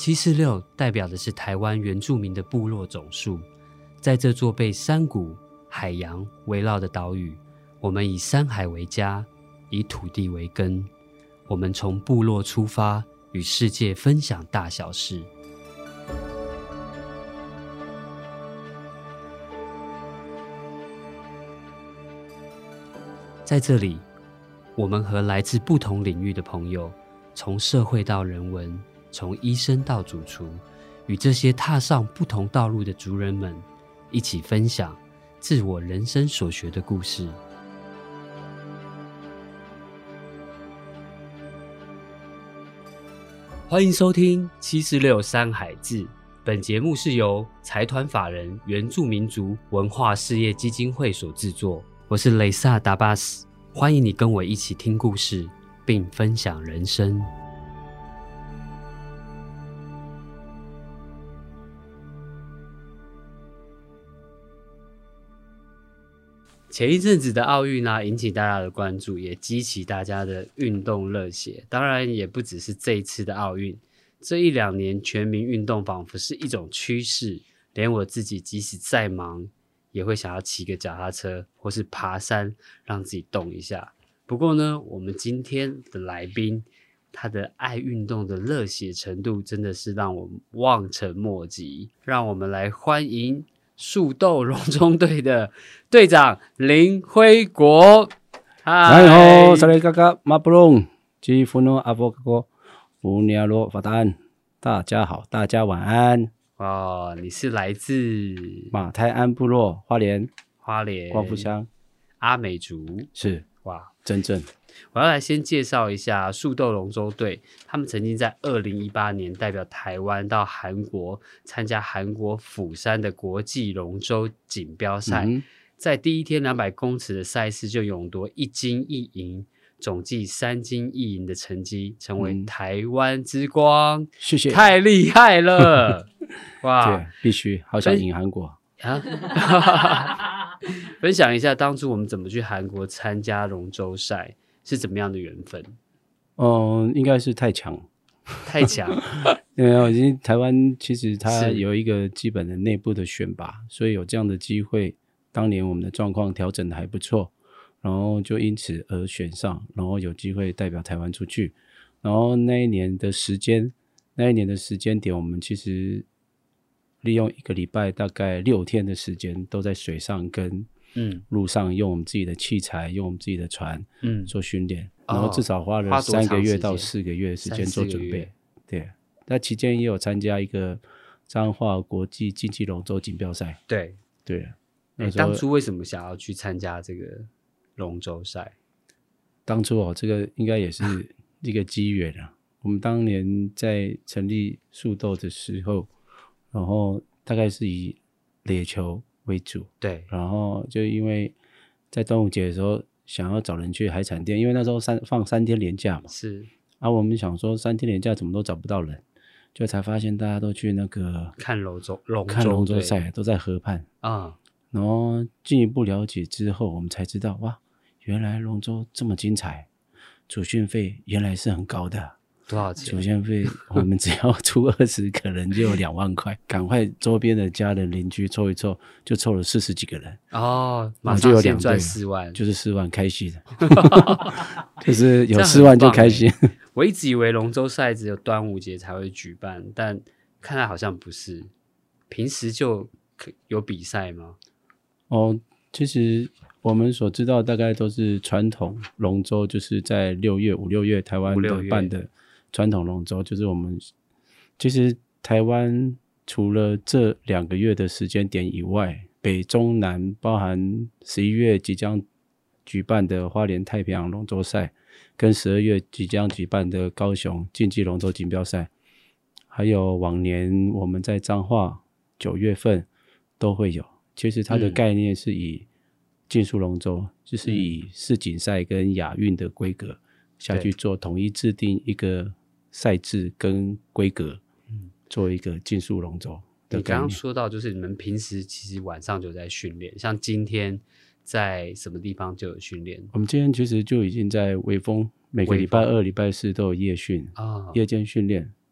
746代表的是台湾原住民的部落总数。在这座被山谷、海洋围绕的岛屿，我们以山海为家，以土地为根。我们从部落出发，与世界分享大小事。在这里，我们和来自不同领域的朋友，从社会到人文，从医生到主厨，与这些踏上不同道路的族人们一起分享自我人生所学的故事。欢迎收听746山海志，本节目是由财团法人原住民族文化事业基金会所制作。我是雷萨达巴斯，欢迎你跟我一起听故事，并分享人生。前一阵子的奥运引起大家的关注，也激起大家的运动热血。当然也不只是这一次的奥运，这一两年全民运动仿佛是一种趋势，连我自己即使再忙也会想要骑个脚踏车或是爬山让自己动一下。不过呢，我们今天的来宾他的爱运动的热血程度真的是让我望尘莫及。让我们来欢迎树豆荣中队的队长林辉国。 嗨，你好，萨利嘎嘎马布隆基夫诺阿波哥乌尼亚罗法丹，大家好，大家晚安。 哦，你是来自马太安部落花莲光复乡阿美族。 是哇， 真正我要来先介绍一下树豆龙舟队，他们曾经在2018年代表台湾到韩国参加韩国釜山的国际龙舟锦标赛，在第一天200公尺的赛事就勇夺1金1银，总计3金1银的成绩，成为台湾之光。 谢谢， 太厉害了！哇， 对，必须，好想赢韩国分享一下当初我们怎么去韩国参加龙舟赛，是怎么样的缘分？ 应该是太强。因为台湾其实它有一个基本的内部的选拔，所以有这样的机会。当年我们的状况调整的还不错，然后就因此而选上，然后有机会代表台湾出去。然后那一年的时间点，我们其实利用1个礼拜大概6天的时间都在水上跟路上，用我们自己的器材，用我们自己的船做训练，然后至少花了3个月到4个月的时间做准备。对，那期间也有参加一个彰化国际竞技龙舟锦标赛。 对，当初为什么想要去参加这个龙舟赛？ 当初这个应该也是一个机缘啊。我们当年在成立树豆的时候，然后大概是以垒球为主， 对， 然后就因为在端午节的时候想要找人去海产店，因为那时候放3天连假嘛， 是我们想说3天连假怎么都找不到人，就才发现大家都去那个看龙舟赛，都在河畔啊。 然后进一步了解之后，我们才知道哇，原来龙舟这么精彩，主训费原来是很高的。 多少钱？ 主训费我们只要出20个人就有2万块，赶快周边的家人邻居凑一凑，就凑了40几个人马上先赚4万， 就是4万开心的就是有4万就开心。 我一直以为龙舟赛只有端午节才会举办，但看来好像不是，平时就有比赛吗？ 其实我们所知道大概都是传统龙舟，就是在5、6月台湾的办的传统龙舟，就是我们其实台湾除了这2个月的时间点以外，北中南包含11月即将举办的花莲太平洋龙舟赛，跟12月即将举办的高雄竞技龙舟锦标赛，还有往年我们在彰化9月份都会有。其实它的概念是以竞速龙舟，就是以世锦赛跟亚运的规格下去做统一制定一个赛制跟规格，做一个竞速龙舟的概念。 你刚刚说到就是你们平时其实晚上就在训练，像今天在什么地方就有训练？ 我们今天其实就已经在微风，每个礼拜2、礼拜4都有夜训夜间训练。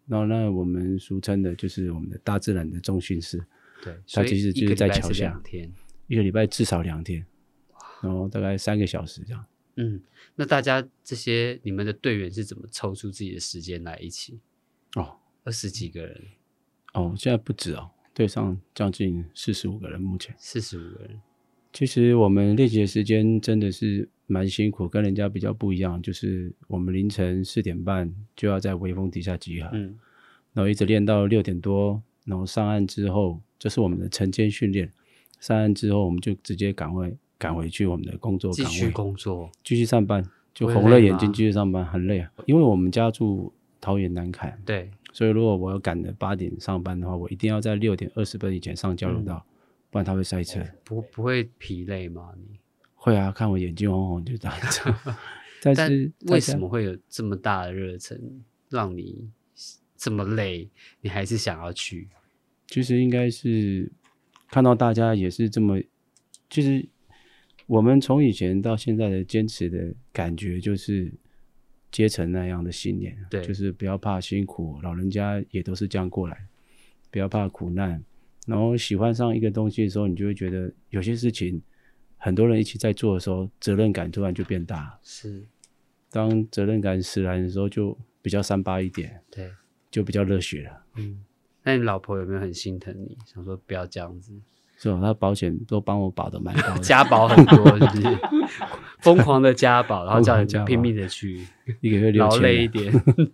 然后那我们俗称的就是我们的大自然的重训室， 对， 它其实就是在桥下， 一个礼拜是2天， 一个礼拜至少2天，然后大概3个小时这样。 那大家这些你们的队员是怎么抽出自己的时间来一起？20几个人现在不止队上将近45个人，目前 45个人。 其实我们练习的时间真的是蛮辛苦，跟人家比较不一样，就是我们凌晨4点半就要在微风底下集合，然后一直练到6点多，然后上岸之后，这是我们的晨间训练。上岸之后，我们就直接赶回去我们的工作岗位， 继续工作， 继续上班，就红了眼睛继续上班，很累啊。因为我们家住桃园南坎， 对， 所以如果我要赶着8点上班的话，我一定要在6点20分以前上交流道，不然它会塞车。 不会疲累吗？你会啊，看我眼睛红红就这样子。但是为什么会有这么大的热忱，让你这么累，你还是想要去？ 其实应该是看到大家也是这么，其实我们从以前到现在的坚持的感觉就是阶层那样的信念， 对， 就是不要怕辛苦，老人家也都是这样过来，不要怕苦难。然后喜欢上一个东西的时候，你就会觉得有些事情很多人一起在做的时候，责任感突然就变大。 是， 当责任感使然的时候，就比较3八一点， 对， 就比较热血了。 那你老婆有没有很心疼你，想说不要这样子？ 是吧？他保险都帮我保的蛮高的， 加保很多，是不是？疯狂的加保，然后叫你拼命的去， 一个月6000， 劳累一点。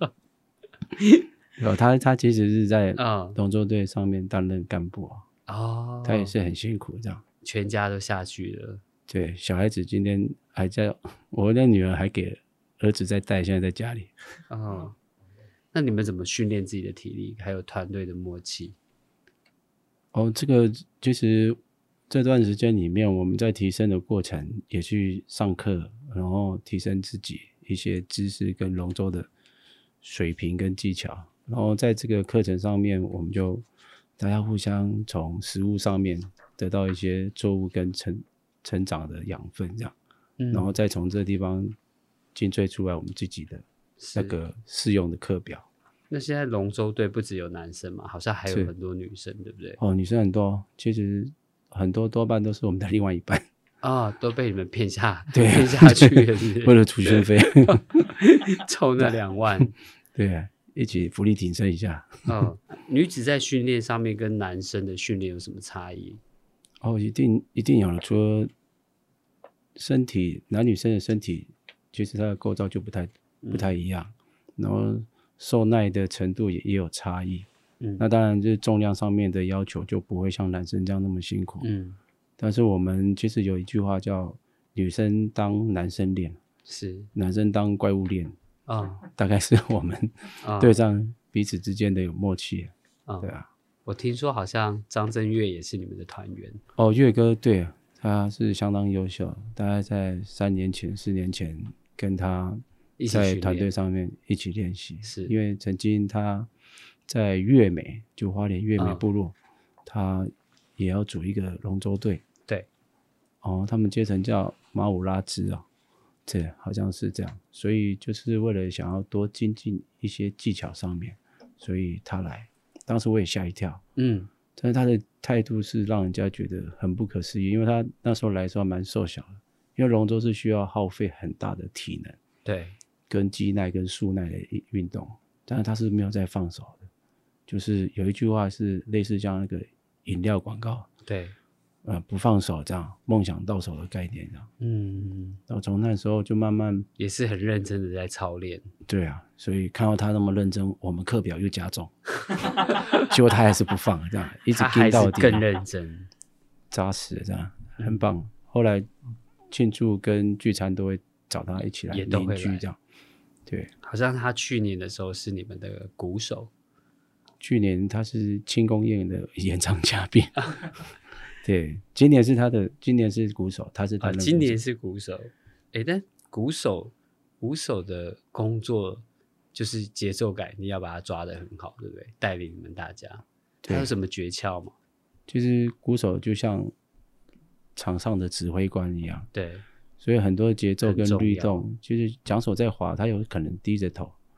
他其实是在龙舟队上面担任干部他也是很辛苦这样， 全家都下去了。 对，小孩子今天还在，我的女儿还给儿子在带，现在在家里。 那你们怎么训练自己的体力，还有团队的默契？ 这个其实这段时间里面，我们在提升的过程也去上课，然后提升自己一些知识跟龙舟的水平跟技巧，然后在这个课程上面，我们就大家互相从实物上面得到一些作物跟成长的养分，这样，然后再从这个地方精粹出来我们自己的那个适用的课表。 那现在龙舟队不只有男生嘛，好像还有很多女生，对不对？ 女生很多，其实很多多半都是我们的另外一半都被你们骗下去了， 是不是？ 为了储训费凑那2万， 对，一起浮力挺身一下。 女子在训练上面跟男生的训练有什么差异？ 一定有了，除了身体，男女生的身体其实它的构造就不太一样，然后受耐的程度也有差异。那当然就是重量上面的要求就不会像男生这样那么辛苦。但是我们其实有一句话叫女生当男生练， 是男生当怪物练大概是我们队上彼此之间的有默契。对啊， 我听说好像张震岳也是你们的团员。 岳哥，对，他是相当优秀，大概在3年前4年前跟他在团队上面一起练习，是因为曾经他在月美，就花莲月美部落，他也要组一个龙舟队。 对， 他们阶层叫马武拉兹对，好像是这样。所以就是为了想要多精进一些技巧上面，所以他来。当时我也吓一跳，但是他的态度是让人家觉得很不可思议，因为他那时候来的时候蛮瘦小的，因为龙舟是需要耗费很大的体能， 对， 跟肌耐跟速耐的运动，但是他是没有在放手的，就是有一句话是类似像那个饮料广告， 对， 不放手这样，梦想到手的概念这样。然后从那时候就慢慢也是很认真的在操练。 对啊，所以看到他那么认真，我们课表又加重，结果他还是不放，这样一直跟到底， 他还是更认真、 扎实，这样很棒。后来庆祝跟聚餐都会找他一起来邻居这样。对， 好像他去年的时候是你们的鼓手， 去年他是庆功宴的演唱嘉宾。对，今年是鼓手，他是担任鼓手。 今年是鼓手，但鼓手的工作就是节奏感，你要把它抓得很好，对不对？带领你们大家，他有什么诀窍吗？ 其实鼓手就像场上的指挥官一样， 对， 所以很多节奏跟律动，就是桨手在滑，他有可能低着头，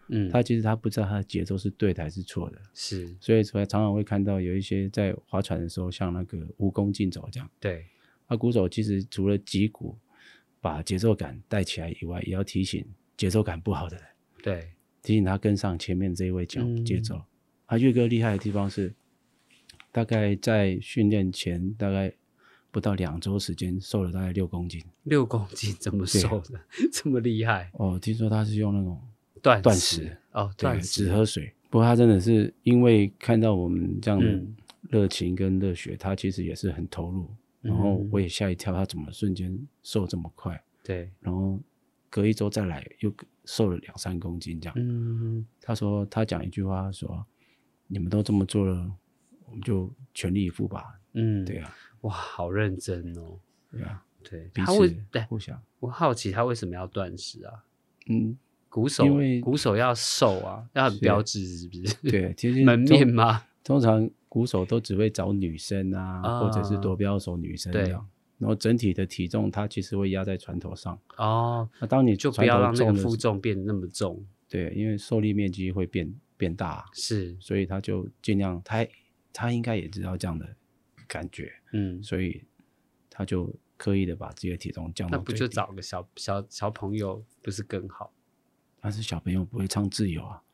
他其实他不知道他的节奏是对的还是错的， 是， 所以常常会看到有一些在划船的时候，像那个蜈蚣竞走这样， 对， 鼓手其实除了击鼓把节奏感带起来以外，也要提醒节奏感不好的人， 对， 提醒他跟上前面这一位节奏。岳哥厉害的地方是，大概在训练前大概不到2周时间，瘦了大概6公斤。 6公斤怎么瘦的？这么厉害？ 听说他是用那种断食断食， 只喝水。不过他真的是因为看到我们这样的热情跟热血，他其实也是很投入。然后我也吓一跳，他怎么瞬间瘦这么快？ 对， 然后隔1周再来又瘦了2-3公斤这样。他说他讲一句话说，你们都这么做了，我们就全力以赴吧。对啊， 哇，好认真哦。 对啊， 对， 彼此互相。 我好奇他为什么要断食啊？鼓手要瘦啊，要很标致，是不是？ 对，其实门面吗？ 通常鼓手都只会找女生啊，或者是夺标手女生这样。然后整体的体重它其实会压在船头上。那当你就不要让那个负重变得那么重。 对，因为受力面积会变大， 是， 所以他就尽量他应该也知道这样的感觉，所以他就刻意的把自己的体重降到最低。 那不就找个小朋友不是更好？ 但是小朋友不会唱自由啊。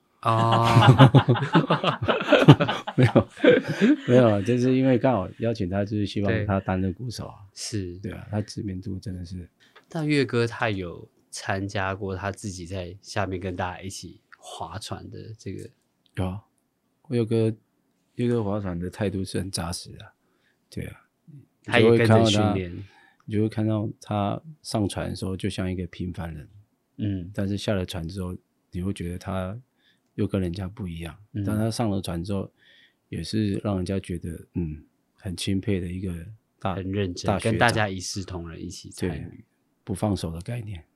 没有，就是因为刚好邀请他，就是希望他担任鼓手啊。 是， 对啊，他知名度真的是。 但岳哥他有参加过他自己在下面跟大家一起划船的这个？ 有啊，我岳哥划船的态度是很扎实的。对啊， 他也跟着训练， 你就会看到他上船的时候就像一个平凡人，但是下了船之后，你会觉得他又跟人家不一样。但他上了船之后，也是让人家觉得很钦佩的一个很认真，跟大家一视同仁一起参与， 不放手的概念。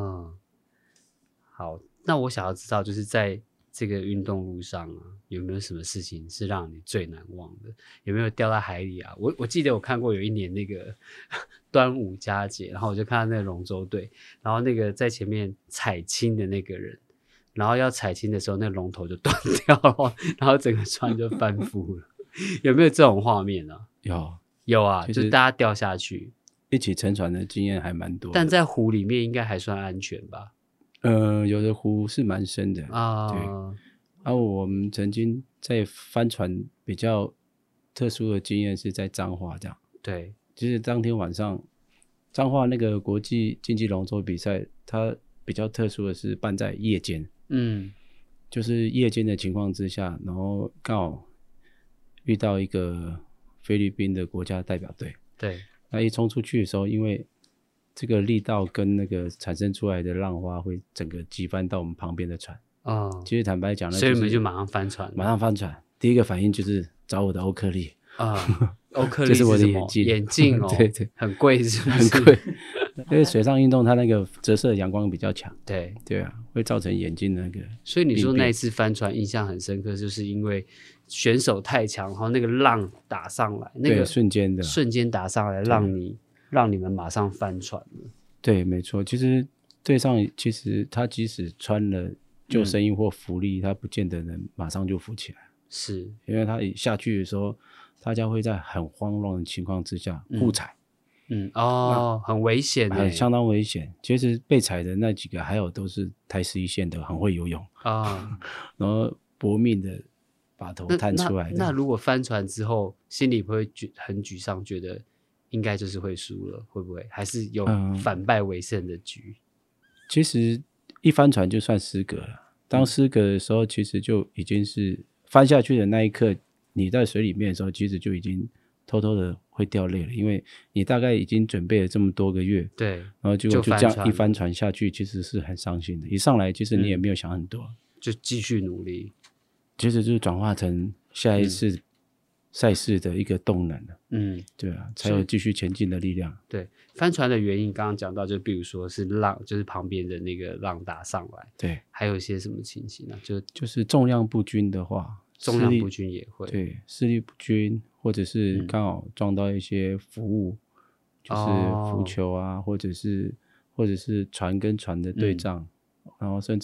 好，那我想要知道，就是在这个运动路上啊，有没有什么事情是让你最难忘的？有没有掉在海里啊？我记得我看过有一年那个端午佳节，然后我就看到那个龙舟队，然后那个在前面踩青的那个人，然后要踩青的时候，那个龙头就断掉了，然后整个船就翻覆了。有没有这种画面啊？有啊，就是大家掉下去， 一起沉船的经验还蛮多的。 但在湖里面应该还算安全吧？ 有的湖是蛮深的对。我们曾经在帆船比较特殊的经验是在彰化这样。 对， 就是当天晚上彰化那个国际竞技龙舟比赛，它比较特殊的是办在夜间。就是夜间的情况之下，然后刚好遇到一个菲律宾的国家代表队。 对， 那一冲出去的时候，因为这个力道跟那个产生出来的浪花会整个击翻到我们旁边的船。其实坦白讲呢， 所以我们就马上翻船。 马上翻船，第一个反应就是找我的欧克利。 欧克利就是我的眼镜对，很贵是不是？ 很贵。因为水上运动它那个折射阳光比较强。对啊，会造成眼睛那个。 所以你说那一次翻船印象很深刻，就是因为选手太强，然后那个浪打上来，那个瞬间打上来，让你们马上翻船了。 对，没错。其实队上其实他即使穿了救生衣或浮力，他不见得能马上就浮起来。 是因为他一下去的时候，大家会在很慌乱的情况之下互踩。 很危险耶， 相当危险。其实被踩的那几个还有都是台10一线的，很会游泳然后搏命的把头探出来。 那如果翻船之后，心里会很沮丧，觉得应该就是会输了，会不会？还是有反败为胜的局？ 其实一翻船就算失格了。当失格的时候，其实就已经是翻下去的那一刻，你在水里面的时候，其实就已经偷偷的会掉泪了，因为你大概已经准备了这么多个月， 对， 然后结果就这样一翻船下去，其实是很伤心的。一上来其实你也没有想很多， 就继续努力， 其实就转化成下一次赛事的一个动能了。对啊，才有继续前进的力量。 对，翻船的原因刚刚讲到，就比如说是浪，就是旁边的那个浪打上来， 对， 还有一些什么情形呢？ 就是重量不均的话， 重量不均也会， 对，施力不均，或者是刚好撞到一些浮物，就是浮球啊，或者是船跟船的对撞，然后甚至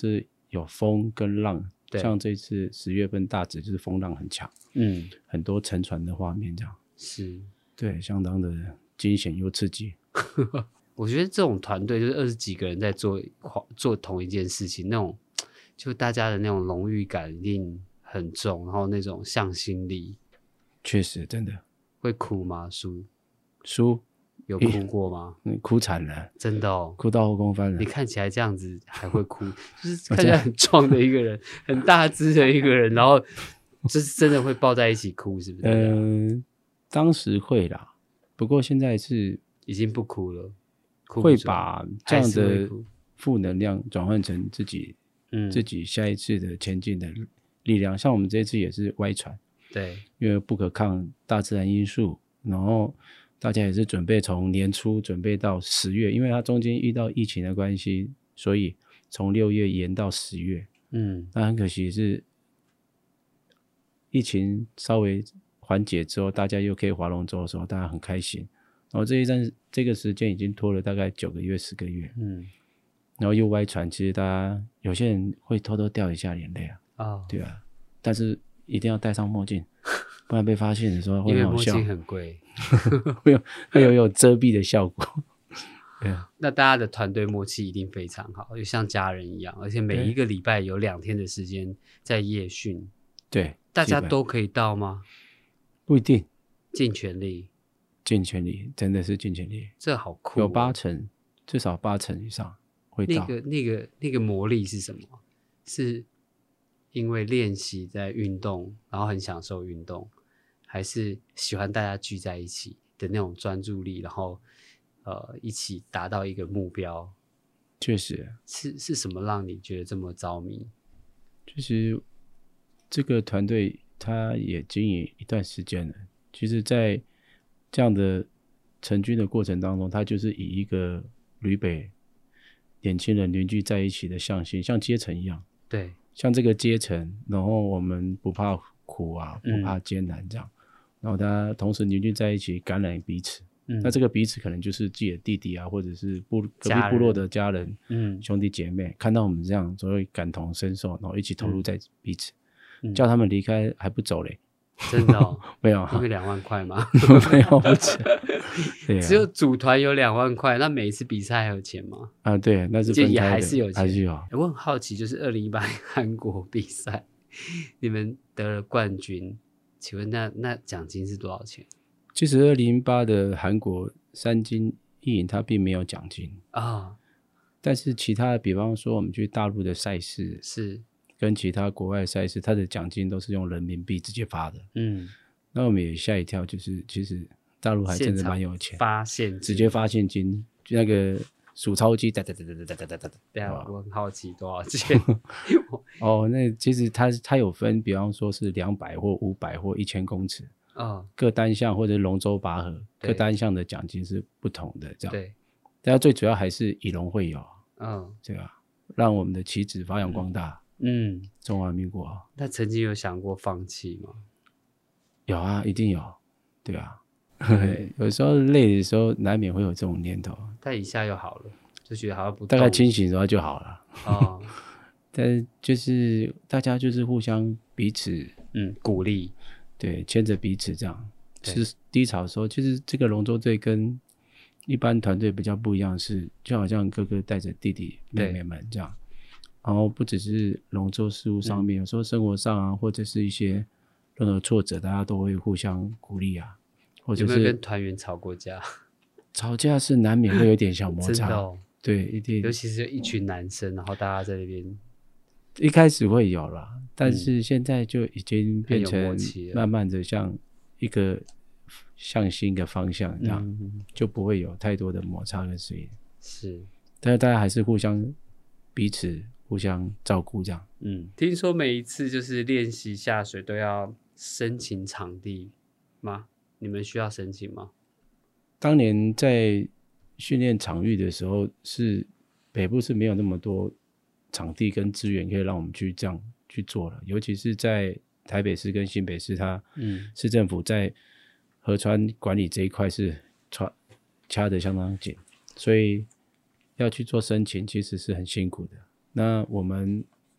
有风跟浪， 对像这次10月份大直就是风浪很强，很多沉船的画面这样， 是， 对，相当的惊险又刺激。 我觉得这种团队就是20几个人在做同一件事情，那种就大家的那种荣誉感一定很重，然后那种向心力。 确实，真的会哭吗？ 输有哭过吗？ 哭惨了， 真的哦， 哭到后空翻了。 你看起来这样子还会哭，就是看起来很壮的一个人，很大只的一个人，然后就是真的会抱在一起哭，是不是？ 当时会啦，不过现在是已经不哭了，哭会把这样的还是会哭负能量转换成自己下一次的前进的力量。像我们这一次也是歪船， 对， 因为不可抗大自然因素，然后大家也是准备从年初准备到10月，因为它中间遇到疫情的关系，所以从6月延到10月。那很可惜是疫情稍微缓解之后，大家又可以划龙舟的时候，大家很开心。然后这个时间已经拖了大概9个月10个月，然后又歪船，其实大家有些人会偷偷掉一下眼泪啊，对啊，但是一定要戴上墨镜，不然被发现的时候会很好笑。 因为墨镜很贵， 会有遮蔽的效果。对啊， 那大家的团队默契一定非常好，就像家人一样，而且每一个礼拜有2天的时间在夜训。 对， 大家都可以到吗？ 不一定， 尽全力， 真的是尽全力。 这好酷哦， 有80%，至少80%以上会到。 那个魔力是什么？是因为练习在运动，然后很享受运动，还是喜欢大家聚在一起的那种专注力，然后一起达到一个目标？ 确实， 是什么让你觉得这么着迷？ 其实这个团队他也经营一段时间了，其实在这样的成军的过程当中，他就是以一个旅北年轻人凝聚在一起的向心，像阶层一样。 对， 像这个阶层，然后我们不怕苦啊，不怕艰难这样，然后他同时凝聚在一起，感染彼此。那这个彼此可能就是自己的弟弟啊，或者是隔壁部落的家人，兄弟姐妹，看到我们这样，就会感同身受，然后一起投入在彼此。叫他们离开还不走嘞？ 真的哦？ 没有， 因为2万块吗？ 没有，不止。对啊， 只有组团有2万块，那每一次比赛还有钱吗？ 啊，对，那是分开的， 也还是有钱， 还是有。 我很好奇，就是2018韩国比赛，你们得了冠军，请问那奖金是多少钱？ 其实2018的韩国3金1银，它并没有奖金啊，但是其他的，比方说我们去大陆的赛事是跟其他国外赛事，它的奖金都是用人民币直接发的。那我们也吓一跳，就是其实大陆还真的蛮有钱， 发现直接发现金，就那个数钞机，哒。 对啊，我很好奇多少钱。 哦，那其实它有分，比方说是200或500或1000公尺。各单项或者龙舟拔河，各单项的奖金是不同的，这样。对，但最主要还是以龙会友，这个让我们的旗帜发扬光大。中华民国。 那曾经有想过放弃吗？ 有啊，一定有。对啊，有时候累的时候，难免会有这种念头。 但一下又好了，就觉得好像不动， 大概清醒的时候就好了。但就是大家就是互相彼此鼓励。 对，牵着彼此这样。是低潮的时候，其实这个龙舟队跟一般团队比较不一样，是就好像哥哥带着弟弟妹妹们这样。然后不只是龙舟事务上面，有时候生活上啊，或者是一些任何挫折，大家都会互相鼓励啊。或者是有没有跟团员吵过架？ 吵架是难免会有点小摩擦。 真的哦？ 对，一定。 尤其是一群男生，然后大家在那边。 一开始会有啦，但是现在就已经变成慢慢的像一个向心的方向这样，就不会有太多的摩擦跟碎。是，但是大家还是互相彼此互相照顾这样。 听说每一次就是练习下水都要申请场地吗？你们需要申请吗？ 当年在训练场域的时候，是北部是没有那么多场地跟资源可以让我们去这样去做了，尤其是在台北市跟新北市，它市政府在河川管理这一块是掐得相当紧，所以要去做申请其实是很辛苦的。那我们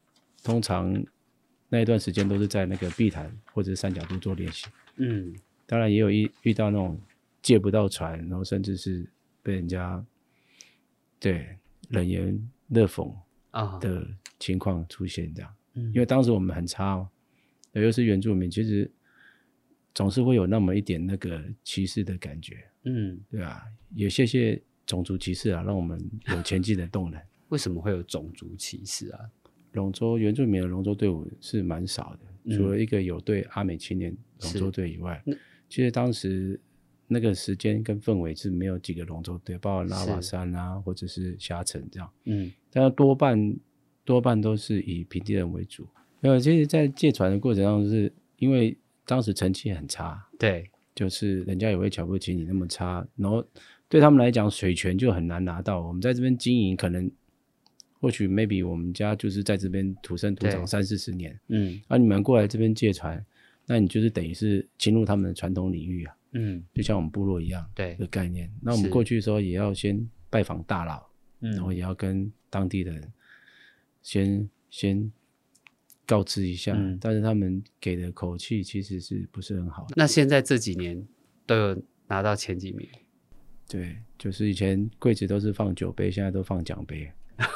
通常那一段时间都是在那个碧潭或者三角渡做练习。当然也有遇到那种借不到船，然后甚至是被人家对冷言热讽的情况出现这样。因为当时我们很差嘛，又是原住民，其实总是会有那么一点那个歧视的感觉。对啊，也谢谢种族歧视啊，让我们有前进的动能。 为什么会有种族歧视啊？ 原住民的龙舟队伍是蛮少的，除了一个有队阿美青年龙舟队以外，其实当时那个时间跟氛围是没有几个龙舟队，包括拉瓦山啊，或者是虾城这样。但多半都是以平地人为主。其实在借船的过程中，是因为当时成绩很差， 对， 就是人家也会瞧不起你那么差，然后对他们来讲水权就很难拿到。我们在这边经营，可能或许 maybe 我们家就是在这边土生土长30-40年，你们过来这边借船，那你就是等于是侵入他们的传统领域啊，就像我们部落一样的概念。那我们过去的时候也要先拜访大佬，然后也要跟当地的人先告知一下，但是他们给的口气其实是不是很好的。 那现在这几年都有拿到前几名？ 对，就是以前柜子都是放酒杯，现在都放奖杯。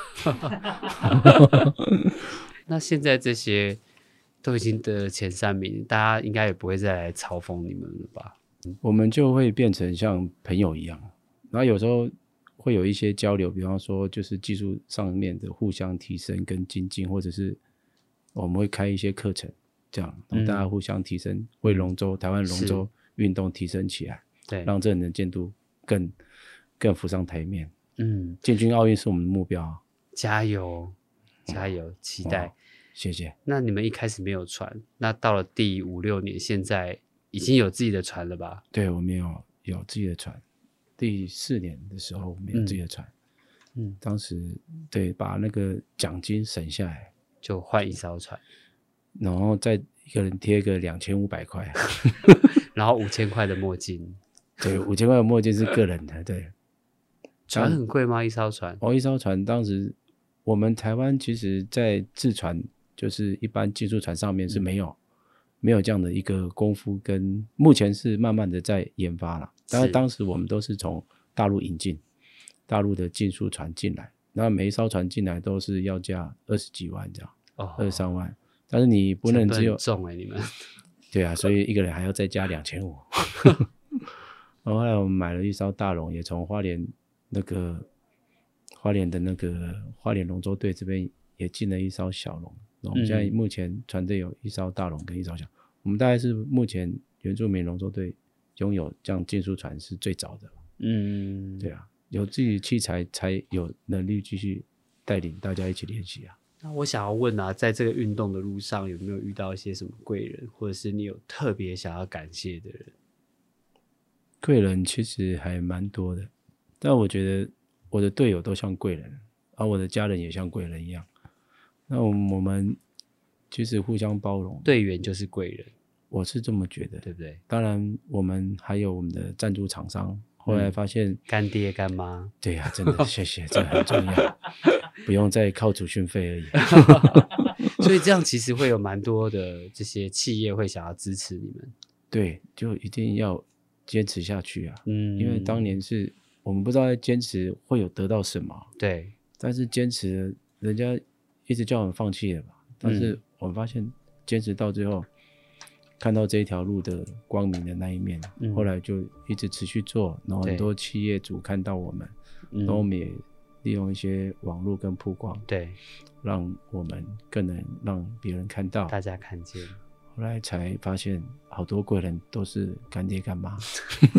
那现在这些都已经得了前3名，大家应该也不会再来嘲讽你们了吧？ 我们就会变成像朋友一样，然后有时候会有一些交流，比方说就是技术上面的互相提升跟精进，或者是我们会开一些课程，这样让大家互相提升，为龙舟台湾龙舟运动提升起来， 对， 让这能见度更浮上台面。建军奥运是我们的目标， 加油加油，期待。 谢谢。 那你们一开始没有船，那到了第5-6年，现在已经有自己的船了吧？ 对，我们有自己的船。第4年的时候，我们有自己的船。当时对把那个奖金省下来， 就换一艘船， 然后再一个人贴个2500块， 然后5000块的墨镜。 对，5000块的墨镜是个人的。对， 船很贵吗？一艘船？ 一艘船当时我们台湾其实在制船，就是一般技术船上面是没有这样的一个功夫，跟目前是慢慢的在研发了。但是当时我们都是从大陆引进大陆的技术船进来，那每一艘船进来都是要价20几万这样，23万。但是你不能只有成本很重你们。 对啊，所以一个人还要再加2500。然后后来我们买了一艘大龙，也从花莲的那个花莲龙舟队这边也进了一艘小龙。然后我们现在目前船队有一艘大龙跟一艘小，我们大概是目前原住民龙舟队拥有这样竞速船是最早的。对啊，有自己器材才有能力继续带领大家一起练习啊。 那我想要问啊，在这个运动的路上有没有遇到一些什么贵人，或者是你有特别想要感谢的人？ 贵人其实还蛮多的，但我觉得我的队友都像贵人，而我的家人也像贵人一样。那我们其实互相包容， 队员就是贵人， 我是这么觉得， 对不对？ 当然我们还有我们的赞助厂商，后来发现干爹干妈， 对呀，真的谢谢，这很重要，不用再靠储训费而已。 所以这样其实会有蛮多的这些企业会想要支持你们。 对，就一定要坚持下去啊。因为当年是我们不知道在坚持会有得到什么， 对， 但是坚持人家一直叫我们放弃了嘛，但是我们发现坚持到最后，看到这一条路的光明的那一面，后来就一直持续做，然后很多企业主看到我们，然后我们也利用一些网络跟曝光， 对， 让我们更能让别人看到， 大家看见。 后来才发现好多贵人都是干爹干妈。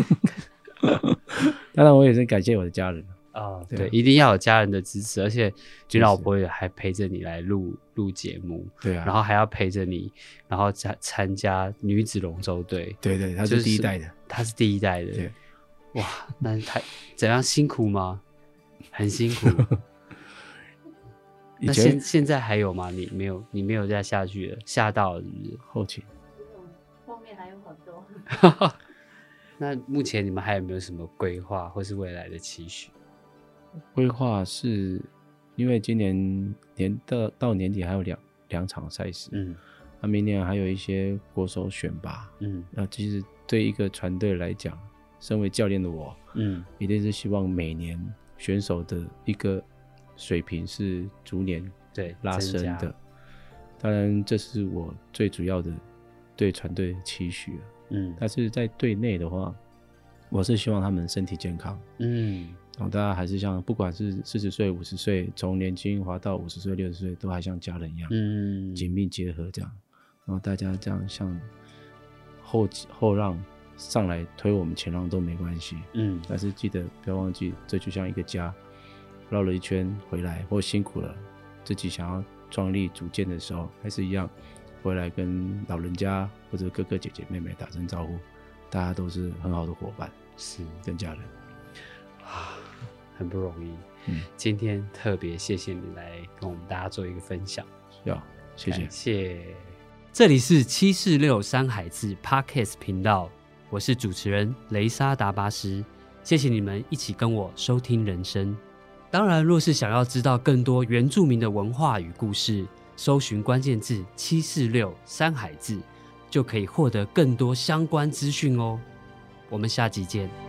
当然我也是感谢我的家人。 对，一定要有家人的支持，而且君老婆也还陪着你来录节目， 对啊， 然后还要陪着你，然后参加女子龙舟队， 对，他是第一代的， 他是第一代的， 对， 哇，那怎样辛苦吗？很辛苦。那现在还有吗？你没有再下去了，下到了是不是？ 后期， 后面还有很多。 那目前你们还有没有什么规划或是未来的期许？ 规划是因为今年到年底还有 2场赛事，那明年还有一些国手选拔，那其实对一个船队来讲，身为教练的我，一定是希望每年选手的一个水平是逐年拉升的。当然，这是我最主要的对船队的期许了。但是在队内的话，我是希望他们身体健康。然后大家还是像不管是40岁、50岁，从年轻滑到50岁、60岁，都还像家人一样，紧密结合这样。然后大家这样像后让上来推我们前浪都没关系。但是记得不要忘记，这就像一个家，绕了一圈回来，或辛苦了，自己想要创立组建的时候，还是一样回来跟老人家或者哥哥姐姐妹妹打声招呼，大家都是很好的伙伴， 是跟家人很不容易。今天特别谢谢你来跟我们大家做一个分享， 谢谢。 感谢。这里是746山海志 Podcast 频道，我是主持人雷莎达巴斯，谢谢你们一起跟我收听人生。当然，若是想要知道更多原住民的文化与故事，搜寻关键字746山海志，就可以获得更多相关资讯哦。我们下集见。